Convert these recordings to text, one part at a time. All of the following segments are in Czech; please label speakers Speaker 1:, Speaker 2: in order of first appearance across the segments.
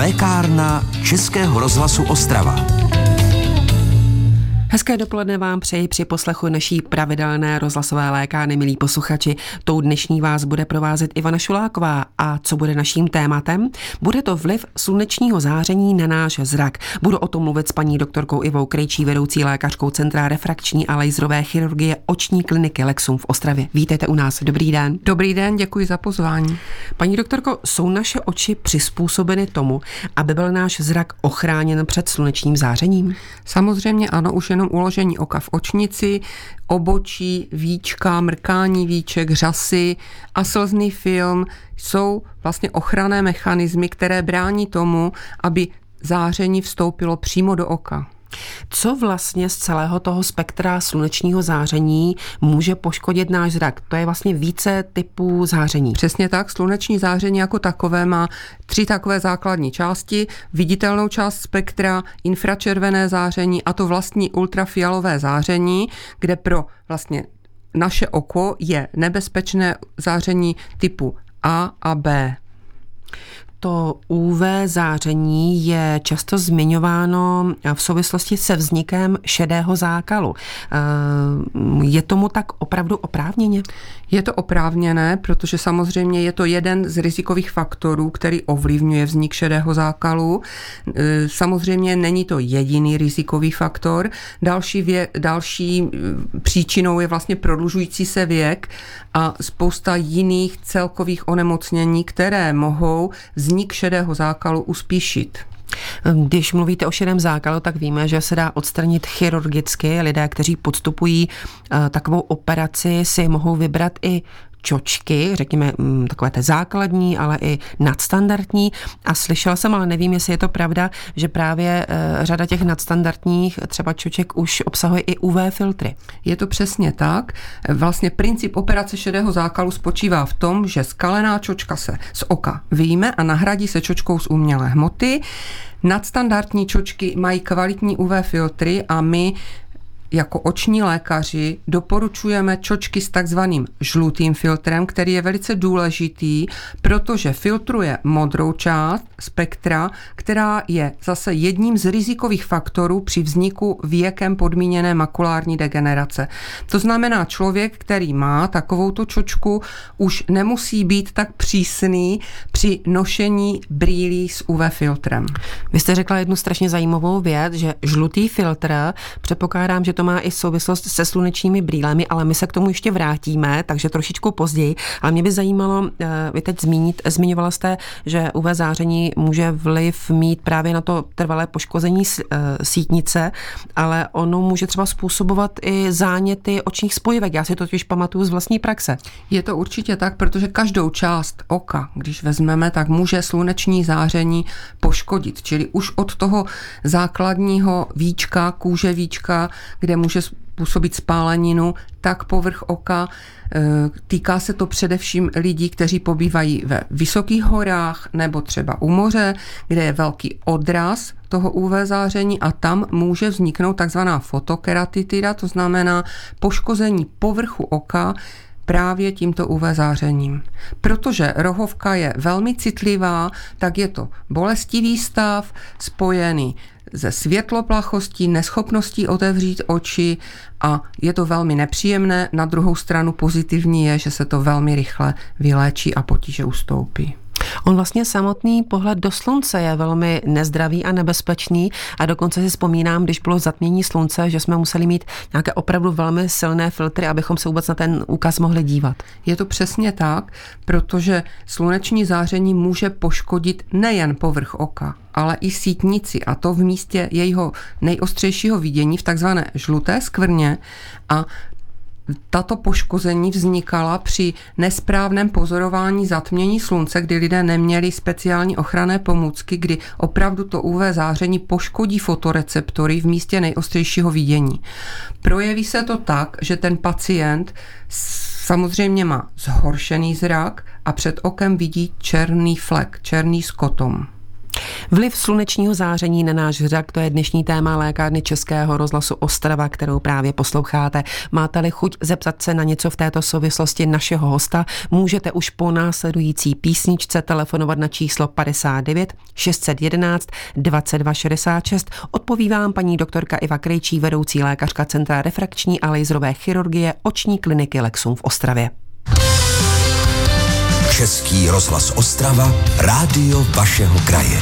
Speaker 1: Lékárna Českého rozhlasu Ostrava.
Speaker 2: Hezké dopoledne vám přeji při poslechu naší pravidelné rozhlasové lékárny, milí posluchači. Tou dnešní vás bude provázet Ivana Šuláková. A co bude naším tématem? Bude to vliv slunečního záření na náš zrak. Budu o tom mluvit s paní doktorkou Ivou Krejčí, vedoucí lékařkou Centra refrakční a laserové chirurgie oční kliniky Lexum v Ostravě. Vítejte u nás. Dobrý den.
Speaker 3: Dobrý den, děkuji za pozvání.
Speaker 2: Paní doktorko, jsou naše oči přizpůsobeny tomu, aby byl náš zrak ochráněn před slunečním zářením?
Speaker 3: Samozřejmě ano, už jenom uložení oka v očnici, obočí, víčka, mrkání víček, řasy a slzný film jsou vlastně ochranné mechanismy, které brání tomu, aby záření vstoupilo přímo do oka.
Speaker 2: Co vlastně z celého toho spektra slunečního záření může poškodit náš zrak? To je vlastně více typů záření.
Speaker 3: Přesně tak, sluneční záření jako takové má 3 takové základní části. Viditelnou část spektra, infračervené záření a to vlastní ultrafialové záření, kde pro vlastně naše oko je nebezpečné záření typu A a B.
Speaker 2: To UV záření je často zmiňováno v souvislosti se vznikem šedého zákalu. Je tomu tak opravdu oprávněně?
Speaker 3: Je to oprávněné, protože samozřejmě je to jeden z rizikových faktorů, který ovlivňuje vznik šedého zákalu. Samozřejmě není to jediný rizikový faktor. Další příčinou je vlastně prodlužující se věk a spousta jiných celkových onemocnění, které mohou vznik šedého zákalu uspíšit.
Speaker 2: Když mluvíte o šedém zákalu, tak víme, že se dá odstranit chirurgicky. Lidé, kteří podstupují takovou operaci, si mohou vybrat i čočky, řekněme takové té základní, ale i nadstandardní. A slyšela jsem, ale nevím, jestli je to pravda, že právě řada těch nadstandardních třeba čoček už obsahuje i UV filtry.
Speaker 3: Je to přesně tak. Vlastně princip operace šedého zákalu spočívá v tom, že skalená čočka se z oka vyjme a nahradí se čočkou z umělé hmoty. Nadstandardní čočky mají kvalitní UV filtry a my jako oční lékaři doporučujeme čočky s takzvaným žlutým filtrem, který je velice důležitý, protože filtruje modrou část spektra, která je zase jedním z rizikových faktorů při vzniku věkem podmíněné makulární degenerace. To znamená, člověk, který má takovouto čočku, už nemusí být tak přísný při nošení brýlí s UV filtrem.
Speaker 2: Vy jste řekla jednu strašně zajímavou věc, že žlutý filtr, předpokládám, že to má i souvislost se slunečními brýlemi, ale my se k tomu ještě vrátíme, takže trošičku později. Ale mě by zajímalo, vy teď zmiňovala jste, že UV záření může vliv mít právě na to trvalé poškození sítnice, ale ono může třeba způsobovat i záněty očních spojivek. Já si to totiž pamatuju z vlastní praxe.
Speaker 3: Je to určitě tak, protože každou část oka, když vezmeme, tak může sluneční záření poškodit. Čili už od toho základního víčka, kůže víčka, kde může způsobit spáleninu, tak povrch oka. Týká se to především lidí, kteří pobývají ve vysokých horách nebo třeba u moře, kde je velký odraz toho UV záření a tam může vzniknout takzvaná fotokeratitida, to znamená poškození povrchu oka právě tímto UV zářením. Protože rohovka je velmi citlivá, tak je to bolestivý stav spojený ze světloplachostí, neschopností otevřít oči a je to velmi nepříjemné. Na druhou stranu pozitivní je, že se to velmi rychle vyléčí a potíže ustoupí.
Speaker 2: On vlastně samotný pohled do slunce je velmi nezdravý a nebezpečný a dokonce si vzpomínám, když bylo zatmění slunce, že jsme museli mít nějaké opravdu velmi silné filtry, abychom se vůbec na ten úkaz mohli dívat.
Speaker 3: Je to přesně tak, protože sluneční záření může poškodit nejen povrch oka, ale i sítnici a to v místě jejího nejostřejšího vidění v takzvané žluté skvrně a tato poškození vznikala při nesprávném pozorování zatmění slunce, kdy lidé neměli speciální ochranné pomůcky, kdy opravdu to UV záření poškodí fotoreceptory v místě nejostřejšího vidění. Projeví se to tak, že ten pacient samozřejmě má zhoršený zrak a před okem vidí černý flek, černý skotom.
Speaker 2: Vliv slunečního záření na náš zrak, to je dnešní téma lékárny Českého rozhlasu Ostrava, kterou právě posloucháte. Máte-li chuť zeptat se na něco v této souvislosti našeho hosta, můžete už po následující písničce telefonovat na číslo 59 611 22 66. Odpoví vám paní doktorka Iva Krejčí, vedoucí lékařka Centra refrakční a laserové chirurgie oční kliniky Lexum v Ostravě.
Speaker 1: Český rozhlas Ostrava, rádio vašeho kraje.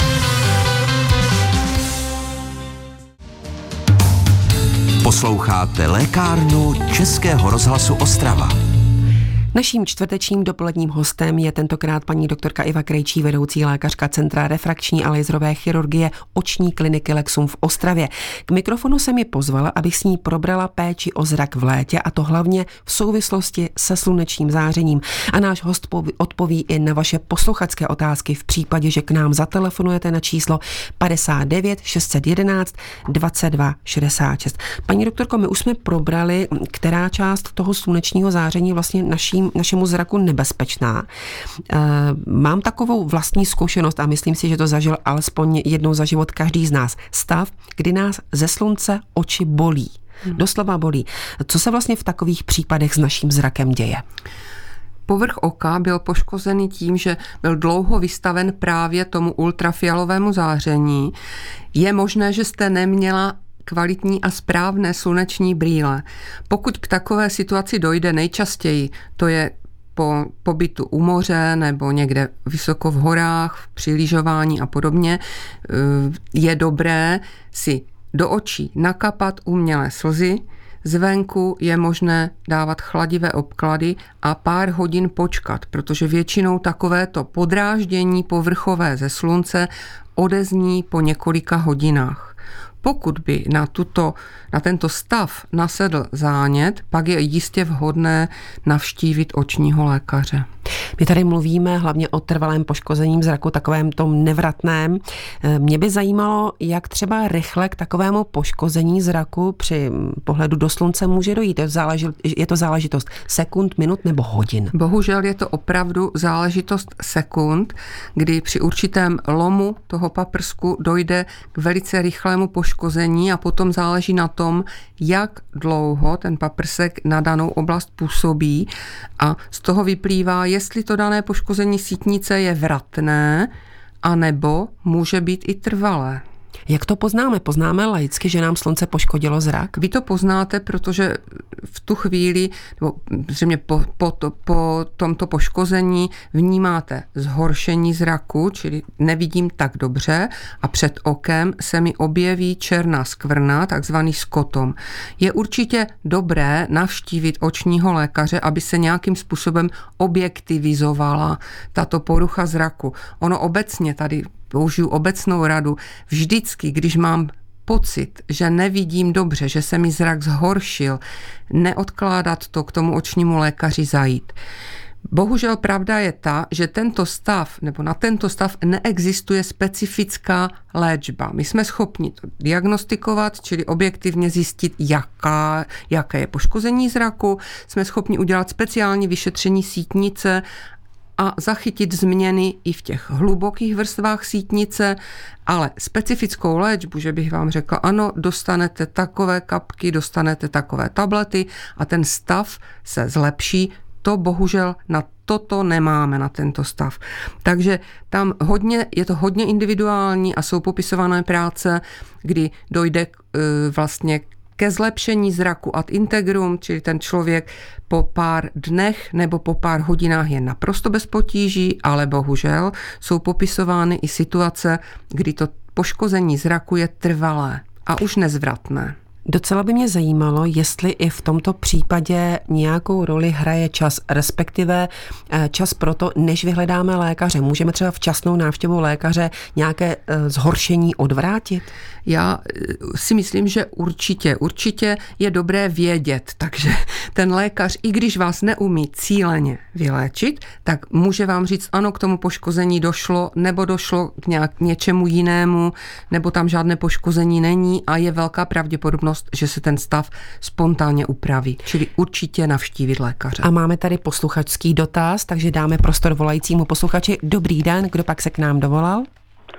Speaker 1: Posloucháte lékárnu Českého rozhlasu Ostrava.
Speaker 2: Naším čtvrtečním dopoledním hostem je tentokrát paní doktorka Iva Krejčí, vedoucí lékařka Centra refrakční a laserové chirurgie oční kliniky Lexum v Ostravě. K mikrofonu se mi pozvala, abych s ní probrala péči o zrak v létě, a to hlavně v souvislosti se slunečním zářením. A náš host odpoví i na vaše posluchačské otázky v případě, že k nám zatelefonujete na číslo 59 611 22 66. Paní doktorko, my už jsme probrali, která část toho slunečního záření vlastně našemu zraku nebezpečná. Mám takovou vlastní zkušenost a myslím si, že to zažil alespoň jednou za život každý z nás. Stav, kdy nás ze slunce oči bolí. Doslova bolí. Co se vlastně v takových případech s naším zrakem děje?
Speaker 3: Povrch oka byl poškozený tím, že byl dlouho vystaven právě tomu ultrafialovému záření. Je možné, že jste neměla kvalitní a správné sluneční brýle. Pokud k takové situaci dojde, nejčastěji to je po pobytu u moře nebo někde vysoko v horách, při lyžování a podobně, je dobré si do očí nakapat umělé slzy. Zvenku je možné dávat chladivé obklady a pár hodin počkat, protože většinou takovéto podráždění povrchové ze slunce odezní po několika hodinách. Pokud by na tento stav nasedl zánět, pak je jistě vhodné navštívit očního lékaře.
Speaker 2: My tady mluvíme hlavně o trvalém poškození zraku, takovém tom nevratném. Mě by zajímalo, jak třeba rychle k takovému poškození zraku při pohledu do slunce může dojít. Je to záležitost sekund, minut nebo hodin?
Speaker 3: Bohužel je to opravdu záležitost sekund, kdy při určitém lomu toho paprsku dojde k velice rychlému poškození a potom záleží na tom, jak dlouho ten paprsek na danou oblast působí, a z toho vyplývá, jestli to dané poškození sítnice je vratné, anebo může být i trvalé.
Speaker 2: Jak to poznáme? Poznáme laicky, že nám slunce poškodilo zrak?
Speaker 3: Vy to poznáte, protože v tu chvíli, nebo zřejmě po tomto poškození vnímáte zhoršení zraku, čili nevidím tak dobře a před okem se mi objeví černá skvrna, takzvaný skotom. Je určitě dobré navštívit očního lékaře, aby se nějakým způsobem objektivizovala tato porucha zraku. Ono obecně, tady použiju obecnou radu, vždycky, když mám pocit, že nevidím dobře, že se mi zrak zhoršil, neodkládat to k tomu očnímu lékaři zajít. Bohužel pravda je ta, že na tento stav neexistuje specifická léčba. My jsme schopni to diagnostikovat, čili objektivně zjistit, jaké je poškození zraku, jsme schopni udělat speciální vyšetření sítnice a zachytit změny i v těch hlubokých vrstvách sítnice, ale specifickou léčbu, že bych vám řekla, ano, dostanete takové kapky, dostanete takové tablety a ten stav se zlepší, to bohužel na toto nemáme, na tento stav. Takže tam je to hodně individuální a jsou popisované práce, kdy dojde vlastně ke zlepšení zraku ad integrum, čili ten člověk po pár dnech nebo po pár hodinách je naprosto bez potíží, ale bohužel jsou popisovány i situace, kdy to poškození zraku je trvalé a už nezvratné.
Speaker 2: Docela by mě zajímalo, jestli i v tomto případě nějakou roli hraje čas, respektive čas pro to, než vyhledáme lékaře. Můžeme třeba včasnou návštěvou lékaře nějaké zhoršení odvrátit?
Speaker 3: Já si myslím, že určitě je dobré vědět, takže ten lékař, i když vás neumí cíleně vyléčit, tak může vám říct, ano, k tomu poškození došlo, nebo došlo k něčemu jinému, nebo tam žádné poškození není a je velká pravděpodobnost, že se ten stav spontánně upraví. Čili určitě navštívit lékaře.
Speaker 2: A máme tady posluchačský dotaz, takže dáme prostor volajícímu posluchači. Dobrý den, kdo pak se k nám dovolal?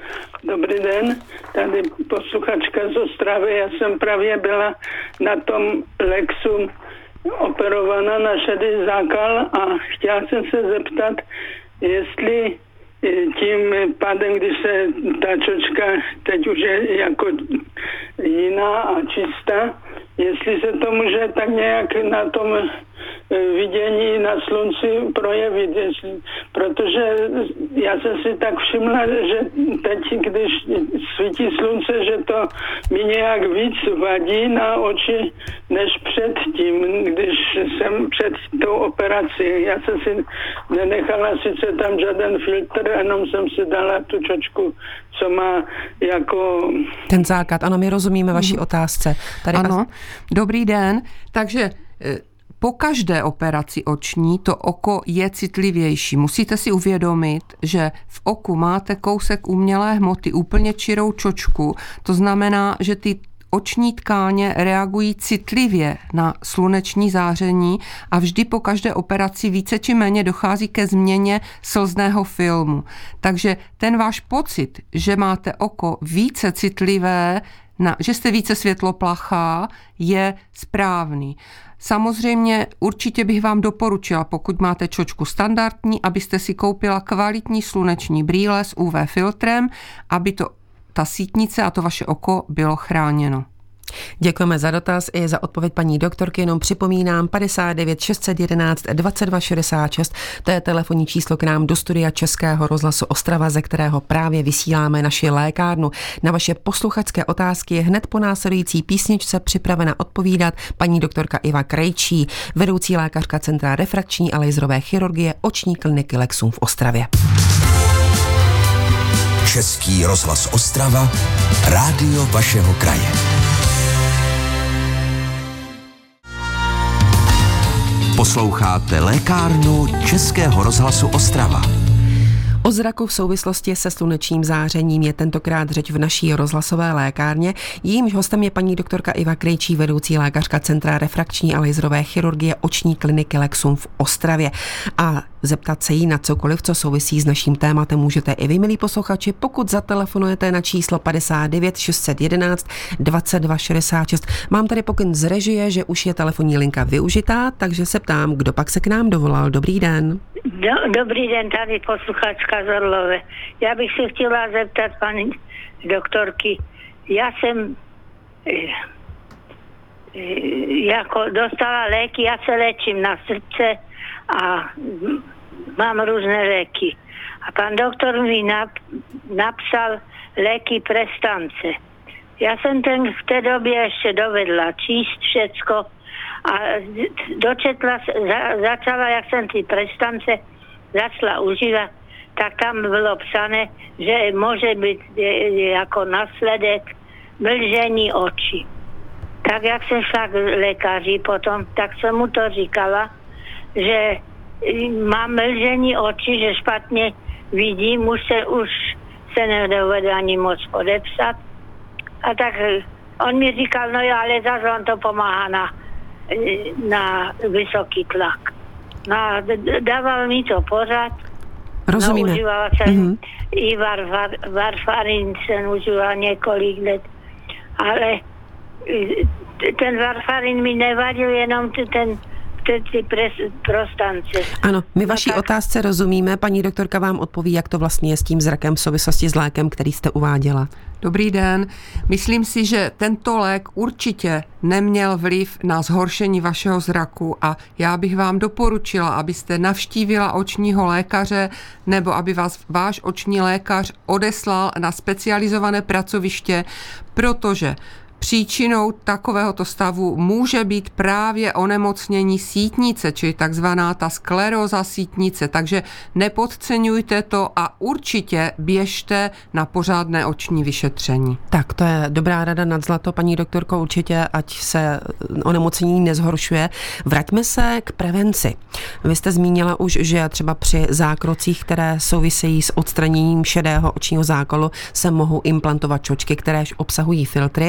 Speaker 4: Dobrý den, tady posluchačka z Ostravy. Já jsem právě byla na tom Lexu operovaná na šedý zákal a chtěla jsem se zeptat, jestli tím pádem, když se ta čočka teď už je jako jiná a čistá, jestli se to může tak nějak na tom vidění na slunci projevit, protože já jsem si tak všimla, že teď, když svítí slunce, že to mi nějak víc vadí na oči, než předtím, když jsem před tou operací. Já jsem si nenechala sice tam žádný filtr, jenom jsem si dala tu čočku, co má jako...
Speaker 2: Ten základ, ano, my rozumíme vaší otázce. Tady
Speaker 3: ano, dobrý den. Takže po každé operaci oční to oko je citlivější. Musíte si uvědomit, že v oku máte kousek umělé hmoty, úplně čirou čočku. To znamená, že ty oční tkáně reagují citlivě na sluneční záření a vždy po každé operaci více či méně dochází ke změně slzného filmu. Takže ten váš pocit, že máte oko více citlivé, že jste více světloplachá, je správný. Samozřejmě určitě bych vám doporučila, pokud máte čočku standardní, abyste si koupila kvalitní sluneční brýle s UV filtrem, aby ta sítnice a to vaše oko bylo chráněno.
Speaker 2: Děkujeme za dotaz i za odpověď paní doktorky. Jenom připomínám 59 611 22 66. To je telefonní číslo k nám do studia Českého rozhlasu Ostrava, ze kterého právě vysíláme naši lékárnu. Na vaše posluchačské otázky je hned po následující písničce připravena odpovídat paní doktorka Iva Krejčí, vedoucí lékařka Centra refrakční a laserové chirurgie oční kliniky Lexum v Ostravě.
Speaker 1: Český rozhlas Ostrava, rádio vašeho kraje. Posloucháte lékárnu Českého rozhlasu Ostrava.
Speaker 2: O zraku v souvislosti se slunečním zářením je tentokrát řeč v naší rozhlasové lékárně. Jejímž hostem je paní doktorka Iva Krejčí, vedoucí lékařka Centra refrakční a laserové chirurgie oční kliniky Lexum v Ostravě. A zeptat se jí na cokoliv, co souvisí s naším tématem, můžete i vy, milí posluchači, pokud zatelefonujete na číslo 59 611 22 66. Mám tady pokyn z režie, že už je telefonní linka využitá, takže se ptám, kdo pak se k nám dovolal. Dobrý den.
Speaker 5: Dobrý den, tady posluchačka z Orlové. Já bych se chtěla zeptat paní doktorky. Já jsem jako dostala léky, já se léčím na srdce a mám různé léky. A pan doktor mi napsal léky prestance. Já jsem v té době ještě dovedla číst všecko a začala, jak jsem ty prestance začala užívat, tak tam bylo psané, že může být jako následek mlžení očí. Tak jak jsem šla k lékaři potom, tak jsem mu to říkala, že mám mlžení očí, že špatně vidím, už se nedovede ani moc podepsat. A tak on mi říkal, no jo, ale zase on to pomáhá na vysoký tlak. No a dával mi to pořád.
Speaker 2: Rozumíme.
Speaker 5: No, užívala jsem i varfarin jsem užívala několik let. Ale ten varfarin mi nevadil, jenom ty prostance.
Speaker 2: Ano, my vaší otázce rozumíme. Paní doktorka vám odpoví, jak to vlastně je s tím zrakem v souvislosti s lékem, který jste uváděla.
Speaker 3: Dobrý den. Myslím si, že tento lék určitě neměl vliv na zhoršení vašeho zraku a já bych vám doporučila, abyste navštívila očního lékaře nebo aby vás váš oční lékař odeslal na specializované pracoviště, protože příčinou takovéhoto stavu může být právě onemocnění sítnice, čili takzvaná ta skleróza sítnice, takže nepodceňujte to a určitě běžte na pořádné oční vyšetření.
Speaker 2: Tak, to je dobrá rada nad zlato, paní doktorko, určitě, ať se onemocnění nezhoršuje. Vraťme se k prevenci. Vy jste zmínila už, že třeba při zákrocích, které souvisejí s odstraněním šedého očního zákalu, se mohou implantovat čočky, které obsahují filtry.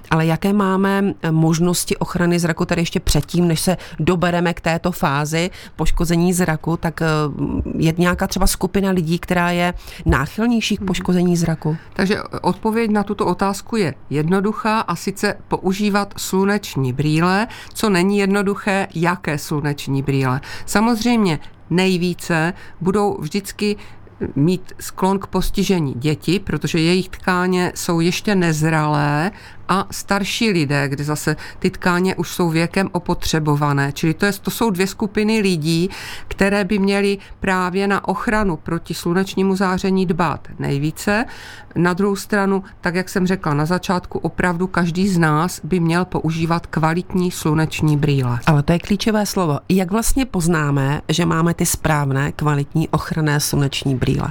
Speaker 2: Ale jaké máme možnosti ochrany zraku tady ještě předtím, než se dobereme k této fázi poškození zraku, tak je nějaká třeba skupina lidí, která je náchylnější k poškození zraku?
Speaker 3: Takže odpověď na tuto otázku je jednoduchá, a sice používat sluneční brýle. Co není jednoduché, jaké sluneční brýle. Samozřejmě nejvíce budou vždycky mít sklon k postižení děti, protože jejich tkáně jsou ještě nezralé, a starší lidé, kde zase ty tkáně už jsou věkem opotřebované. Čili to jsou dvě skupiny lidí, které by měly právě na ochranu proti slunečnímu záření dbát nejvíce. Na druhou stranu, tak jak jsem řekla na začátku, opravdu každý z nás by měl používat kvalitní sluneční brýle.
Speaker 2: Ale to je klíčové slovo. Jak vlastně poznáme, že máme ty správné kvalitní ochranné sluneční brýle?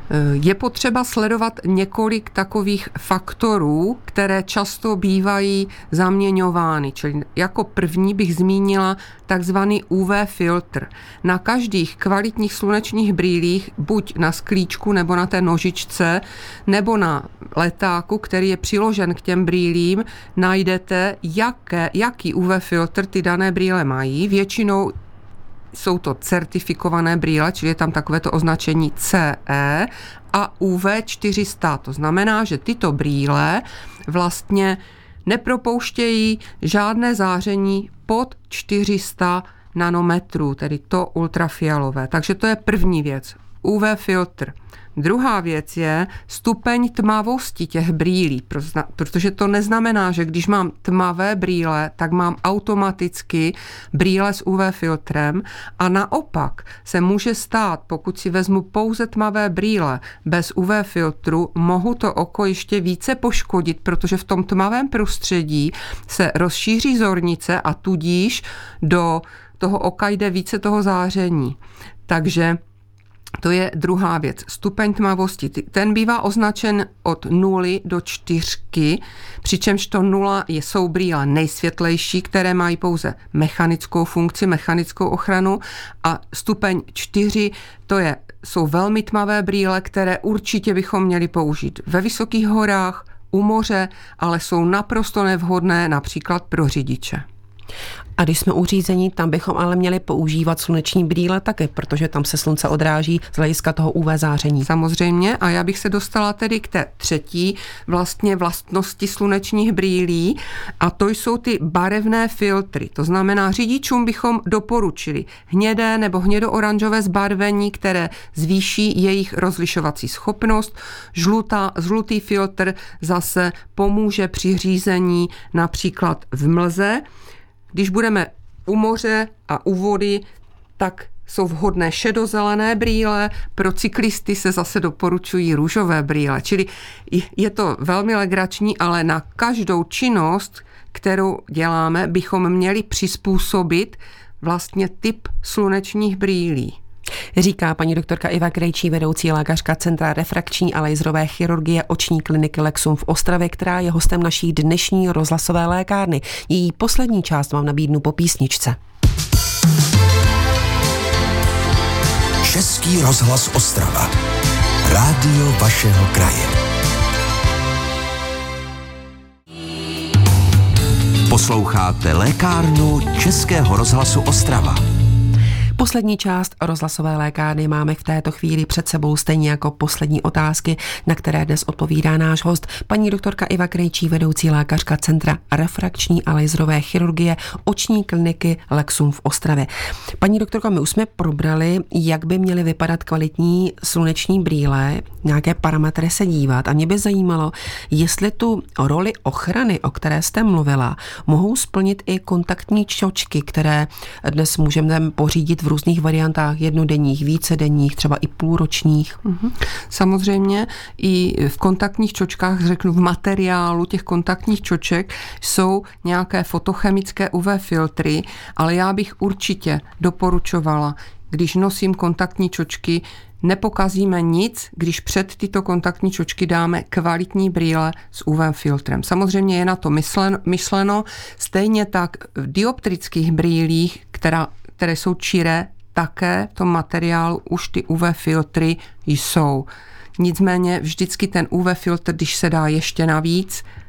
Speaker 3: Je potřeba sledovat několik takových faktorů, které často bývají zaměňovány. Čili jako první bych zmínila takzvaný UV filtr. Na každých kvalitních slunečních brýlích, buď na sklíčku nebo na té nožičce, nebo na letáku, který je přiložen k těm brýlím, najdete, jaký UV filtr ty dané brýle mají. Většinou jsou to certifikované brýle, čili je tam takovéto označení CE a UV400. To znamená, že tyto brýle vlastně nepropouštějí žádné záření pod 400 nanometrů, tedy to ultrafialové. Takže to je první věc. UV filtr. Druhá věc je stupeň tmavosti těch brýlí, protože to neznamená, že když mám tmavé brýle, tak mám automaticky brýle s UV filtrem, a naopak se může stát, pokud si vezmu pouze tmavé brýle bez UV filtru, mohu to oko ještě více poškodit, protože v tom tmavém prostředí se rozšíří zornice a tudíž do toho oka jde více toho záření. Takže to je druhá věc. Stupeň tmavosti. Ten bývá označen od 0 do 4, přičemž to 0 jsou brýle nejsvětlejší, které mají pouze mechanickou funkci, mechanickou ochranu, a stupeň 4 jsou velmi tmavé brýle, které určitě bychom měli použít ve vysokých horách, u moře, ale jsou naprosto nevhodné například pro řidiče.
Speaker 2: A když jsme u řízení, tam bychom ale měli používat sluneční brýle taky, protože tam se slunce odráží z hlediska toho UV záření.
Speaker 3: Samozřejmě, a já bych se dostala tedy k té třetí vlastnosti slunečních brýlí, a to jsou ty barevné filtry. To znamená, řidičům bychom doporučili hnědé nebo hnědo-oranžové zbarvení, které zvýší jejich rozlišovací schopnost. Žlutý filtr zase pomůže při řízení například v mlze. Když budeme u moře a u vody, tak jsou vhodné šedozelené brýle, pro cyklisty se zase doporučují růžové brýle. Čili je to velmi legrační, ale na každou činnost, kterou děláme, bychom měli přizpůsobit vlastně typ slunečních brýlí.
Speaker 2: Říká paní doktorka Iva Krejčí, vedoucí lékařka Centra refrakční a laserové chirurgie oční kliniky Lexum v Ostravě, která je hostem naší dnešní rozhlasové lékárny. Její poslední část vám nabídnu po písničce.
Speaker 1: Český rozhlas Ostrava. Rádio vašeho kraje. Posloucháte lékárnu Českého rozhlasu Ostrava.
Speaker 2: Poslední část rozhlasové lékárny máme v této chvíli před sebou, stejně jako poslední otázky, na které dnes odpovídá náš host, paní doktorka Iva Krejčí, vedoucí lékařka Centra refrakční a laserové chirurgie oční kliniky Lexum v Ostravě. Paní doktorka, my už jsme probrali, jak by měly vypadat kvalitní sluneční brýle, nějaké parametry se dívat, a mě by zajímalo, jestli tu roli ochrany, o které jste mluvila, mohou splnit i kontaktní čočky, které dnes můžeme pořídit v různých variantách, jednodenních, vícedenních, třeba i půlročních.
Speaker 3: Samozřejmě i v kontaktních čočkách, řeknu v materiálu těch kontaktních čoček, jsou nějaké fotochemické UV filtry, ale já bych určitě doporučovala, když nosím kontaktní čočky, nepokazíme nic, když před tyto kontaktní čočky dáme kvalitní brýle s UV filtrem. Samozřejmě je na to myšleno, stejně tak v dioptrických brýlích, které jsou čiré, také v tom materiálu už ty UV filtry jsou. Nicméně vždycky ten UV filtr, když se dá ještě navíc,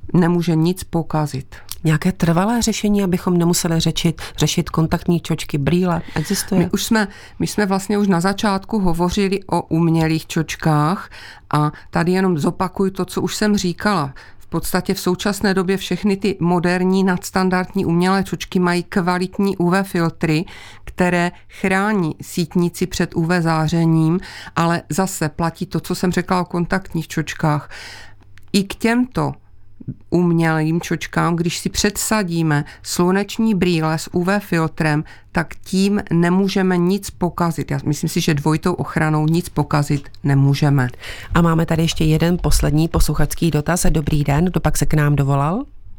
Speaker 3: nemůže nic pokazit.
Speaker 2: Nějaké trvalé řešení, abychom nemuseli řešit kontaktní čočky, brýle, existuje?
Speaker 3: My jsme vlastně už na začátku hovořili o umělých čočkách a tady jenom zopakuju to, co už jsem říkala. V podstatě v současné době všechny ty moderní nadstandardní umělé čočky mají kvalitní UV filtry, které chrání sítnici před UV zářením, ale zase platí to, co jsem řekla o kontaktních čočkách. I k těmto umělým čočkám, když si předsadíme sluneční brýle s UV filtrem, tak tím nemůžeme nic pokazit. Já myslím si, že dvojitou ochranou nic pokazit nemůžeme.
Speaker 2: A máme tady ještě jeden poslední posluchačský dotaz. Dobrý den, kdo pak se k nám dovolal?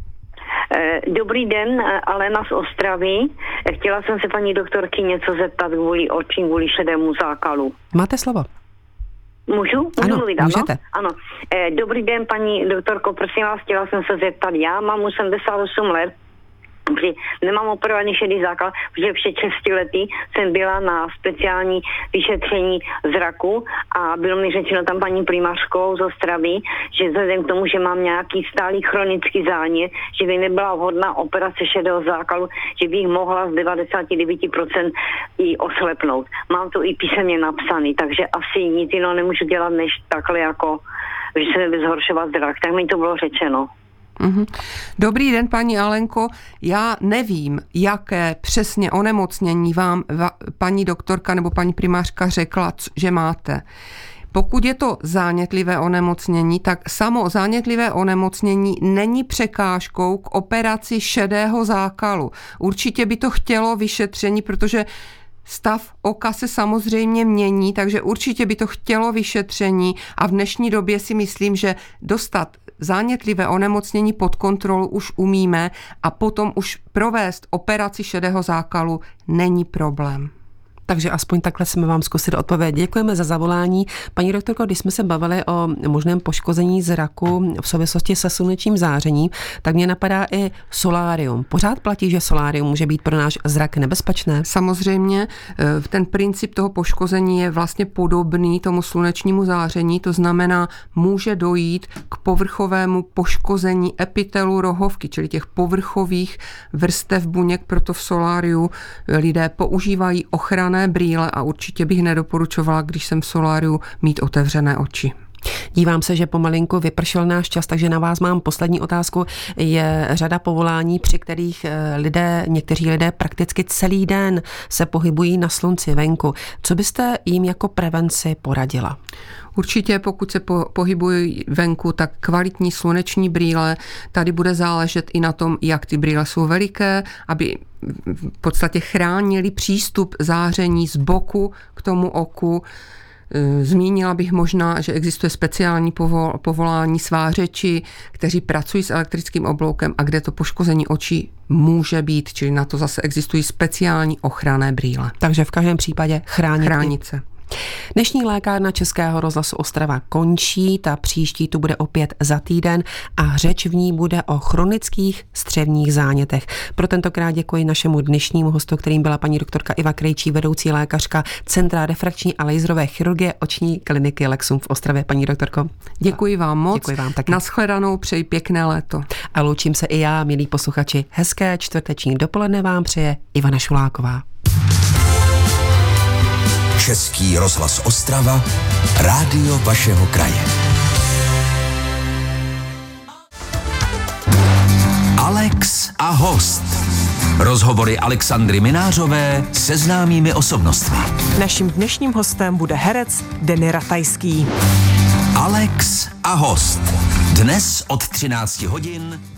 Speaker 6: Dobrý den, Alena z Ostravy. Chtěla jsem se paní doktorky něco zeptat kvůli očím, kvůli šedému zákalu.
Speaker 2: Máte slovo.
Speaker 6: Můžu
Speaker 2: ano,
Speaker 6: mluvit?
Speaker 2: Můžete.
Speaker 6: Ano. Dobrý den, paní doktorko, prosím vás, chtěla jsem se zeptat. Já mám 88 let, nemám operovaný šedý zákal, protože před 6 lety jsem byla na speciální vyšetření zraku a bylo mi řečeno tam paní primářkou z Ostravy, že vzhledem k tomu, že mám nějaký stálý chronický zánět, že by nebyla vhodná operace šedého zákalu, že bych mohla z 99% i oslepnout. Mám to i písemně napsaný, takže asi nic jiného nemůžu dělat, než takhle jako, že se nebude zhoršovat zrak. Tak mi to bylo řečeno.
Speaker 3: Dobrý den, paní Alenko. Já nevím, jaké přesně onemocnění vám paní doktorka nebo paní primářka řekla, že máte. Pokud je to zánětlivé onemocnění, tak samo zánětlivé onemocnění není překážkou k operaci šedého zákalu. Určitě by to chtělo vyšetření, protože stav oka se samozřejmě mění, takže určitě by to chtělo vyšetření a v dnešní době si myslím, že dostat zánětlivé onemocnění pod kontrolu už umíme a potom už provést operaci šedého zákalu není problém.
Speaker 2: Takže aspoň takhle jsme vám zkusili odpovědět. Děkujeme za zavolání. Paní doktorko, když jsme se bavili o možném poškození zraku v souvislosti se slunečním zářením, tak mě napadá i solárium. Pořád platí, že solárium může být pro náš zrak nebezpečné?
Speaker 3: Samozřejmě, ten princip toho poškození je vlastně podobný tomu slunečnímu záření, to znamená, může dojít k povrchovému poškození epitelu rohovky, čili těch povrchových vrstev buněk, proto v soláriu lidé používají ochranné brýle a určitě bych nedoporučovala, když jsem v soláriu, mít otevřené oči.
Speaker 2: Dívám se, že pomalinku vypršel náš čas, takže na vás mám poslední otázku. Je řada povolání, při kterých někteří lidé prakticky celý den se pohybují na slunci venku. Co byste jim jako prevenci poradila?
Speaker 3: Určitě, pokud se pohybují venku, tak kvalitní sluneční brýle. Tady bude záležet i na tom, jak ty brýle jsou veliké, aby v podstatě chránili přístup záření z boku k tomu oku. Zmínila bych možná, že existuje speciální povolání svářeči, kteří pracují s elektrickým obloukem a kde to poškození očí může být, čili na to zase existují speciální ochranné brýle.
Speaker 2: Takže v každém případě chránit se. Dnešní lékárna Českého rozhlasu Ostrava končí, ta příští tu bude opět za týden a řeč v ní bude o chronických střevních zánětech. Pro tentokrát děkuji našemu dnešnímu hostu, kterým byla paní doktorka Iva Krejčí, vedoucí lékařka Centra refrakční a laserové chirurgie oční kliniky Lexum v Ostravě. Paní doktorko,
Speaker 3: děkuji vám moc.
Speaker 2: Děkuji vám taky.
Speaker 3: Nashledanou, přeji pěkné léto.
Speaker 2: A loučím se i já, milí posluchači. Hezké čtvrteční dopoledne vám přeje Ivana Šuláková.
Speaker 1: Český rozhlas Ostrava, rádio vašeho kraje. Alex a host. Rozhovory Alexandry Minářové se známými osobnostmi.
Speaker 7: Naším dnešním hostem bude herec Denny Ratajský.
Speaker 1: Alex a host. Dnes od 13 hodin